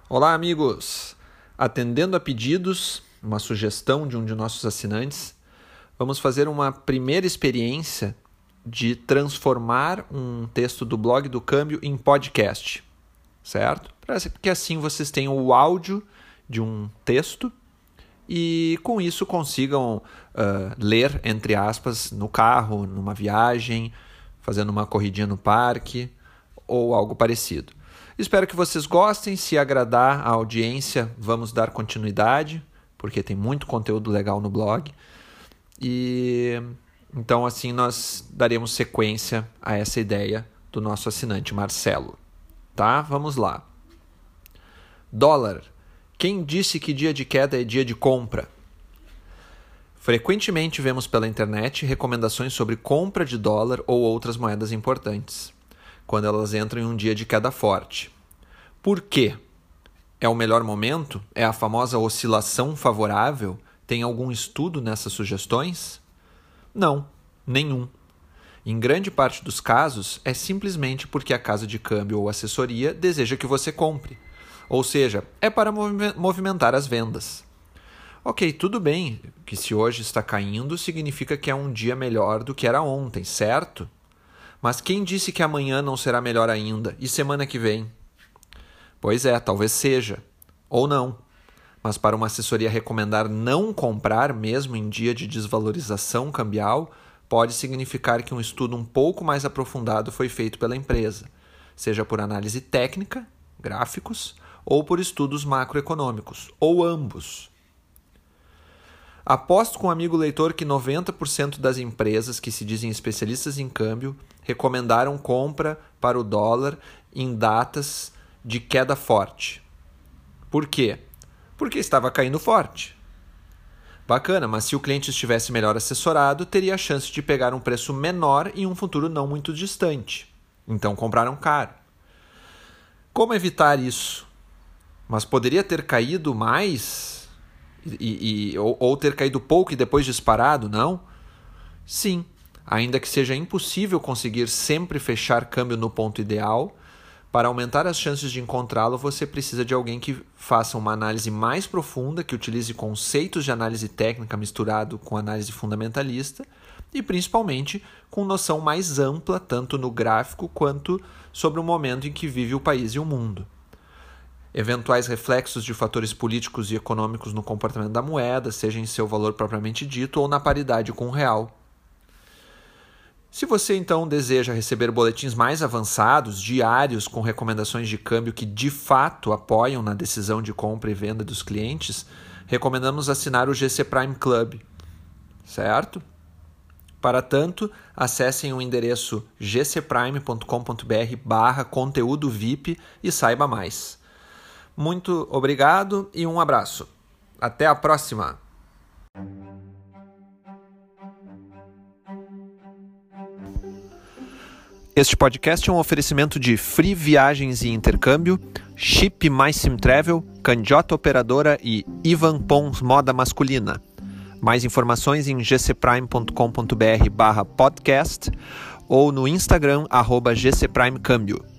Olá, amigos! Atendendo a pedidos, uma sugestão de um de nossos assinantes, vamos fazer uma primeira experiência de transformar um texto do blog do Câmbio em podcast, certo? Para que assim vocês tenham o áudio de um texto e com isso consigam ler, entre aspas, no carro, numa viagem, fazendo uma corridinha no parque ou algo parecido. Espero que vocês gostem. Se agradar a audiência, vamos dar continuidade, porque tem muito conteúdo legal no blog. E então assim nós daremos sequência a essa ideia do nosso assinante Marcelo. Tá? Vamos lá. Dólar. Quem disse que dia de queda é dia de compra? Frequentemente vemos pela internet recomendações sobre compra de dólar ou outras moedas importantes, quando elas entram em um dia de queda forte. Por quê? É o melhor momento? É a famosa oscilação favorável? Tem algum estudo nessas sugestões? Não, nenhum. Em grande parte dos casos, é simplesmente porque a casa de câmbio ou assessoria deseja que você compre. Ou seja, é para movimentar as vendas. Ok, tudo bem que se hoje está caindo, significa que é um dia melhor do que era ontem, certo? Mas quem disse que amanhã não será melhor ainda? E semana que vem? Pois é, talvez seja. Ou não. Mas para uma assessoria recomendar não comprar mesmo em dia de desvalorização cambial, pode significar que um estudo um pouco mais aprofundado foi feito pela empresa, seja por análise técnica, gráficos, ou por estudos macroeconômicos, ou ambos. Aposto com um amigo leitor que 90% das empresas que se dizem especialistas em câmbio recomendaram compra para o dólar em datas de queda forte. Por quê? Porque estava caindo forte. Bacana, mas se o cliente estivesse melhor assessorado, teria a chance de pegar um preço menor em um futuro não muito distante. Então compraram caro. Como evitar isso? Mas poderia ter caído mais ou ter caído pouco e depois disparado, não? Sim, ainda que seja impossível conseguir sempre fechar câmbio no ponto ideal, para aumentar as chances de encontrá-lo, você precisa de alguém que faça uma análise mais profunda, que utilize conceitos de análise técnica misturado com análise fundamentalista e, principalmente, com noção mais ampla, tanto no gráfico quanto sobre o momento em que vive o país e o mundo. Eventuais reflexos de fatores políticos e econômicos no comportamento da moeda, seja em seu valor propriamente dito ou na paridade com o real. Se você então deseja receber boletins mais avançados, diários, com recomendações de câmbio que de fato apoiam na decisão de compra e venda dos clientes, recomendamos assinar o GC Prime Club, certo? Para tanto, acessem o endereço gcprime.com.br/conteúdo VIP e saiba mais. Muito obrigado e um abraço. Até a próxima! Este podcast é um oferecimento de Free Viagens e Intercâmbio, Chip Mais Sim Travel, Candiota Operadora e Ivan Pons Moda Masculina. Mais informações em gcprime.com.br/podcast ou no Instagram @gcprimecâmbio.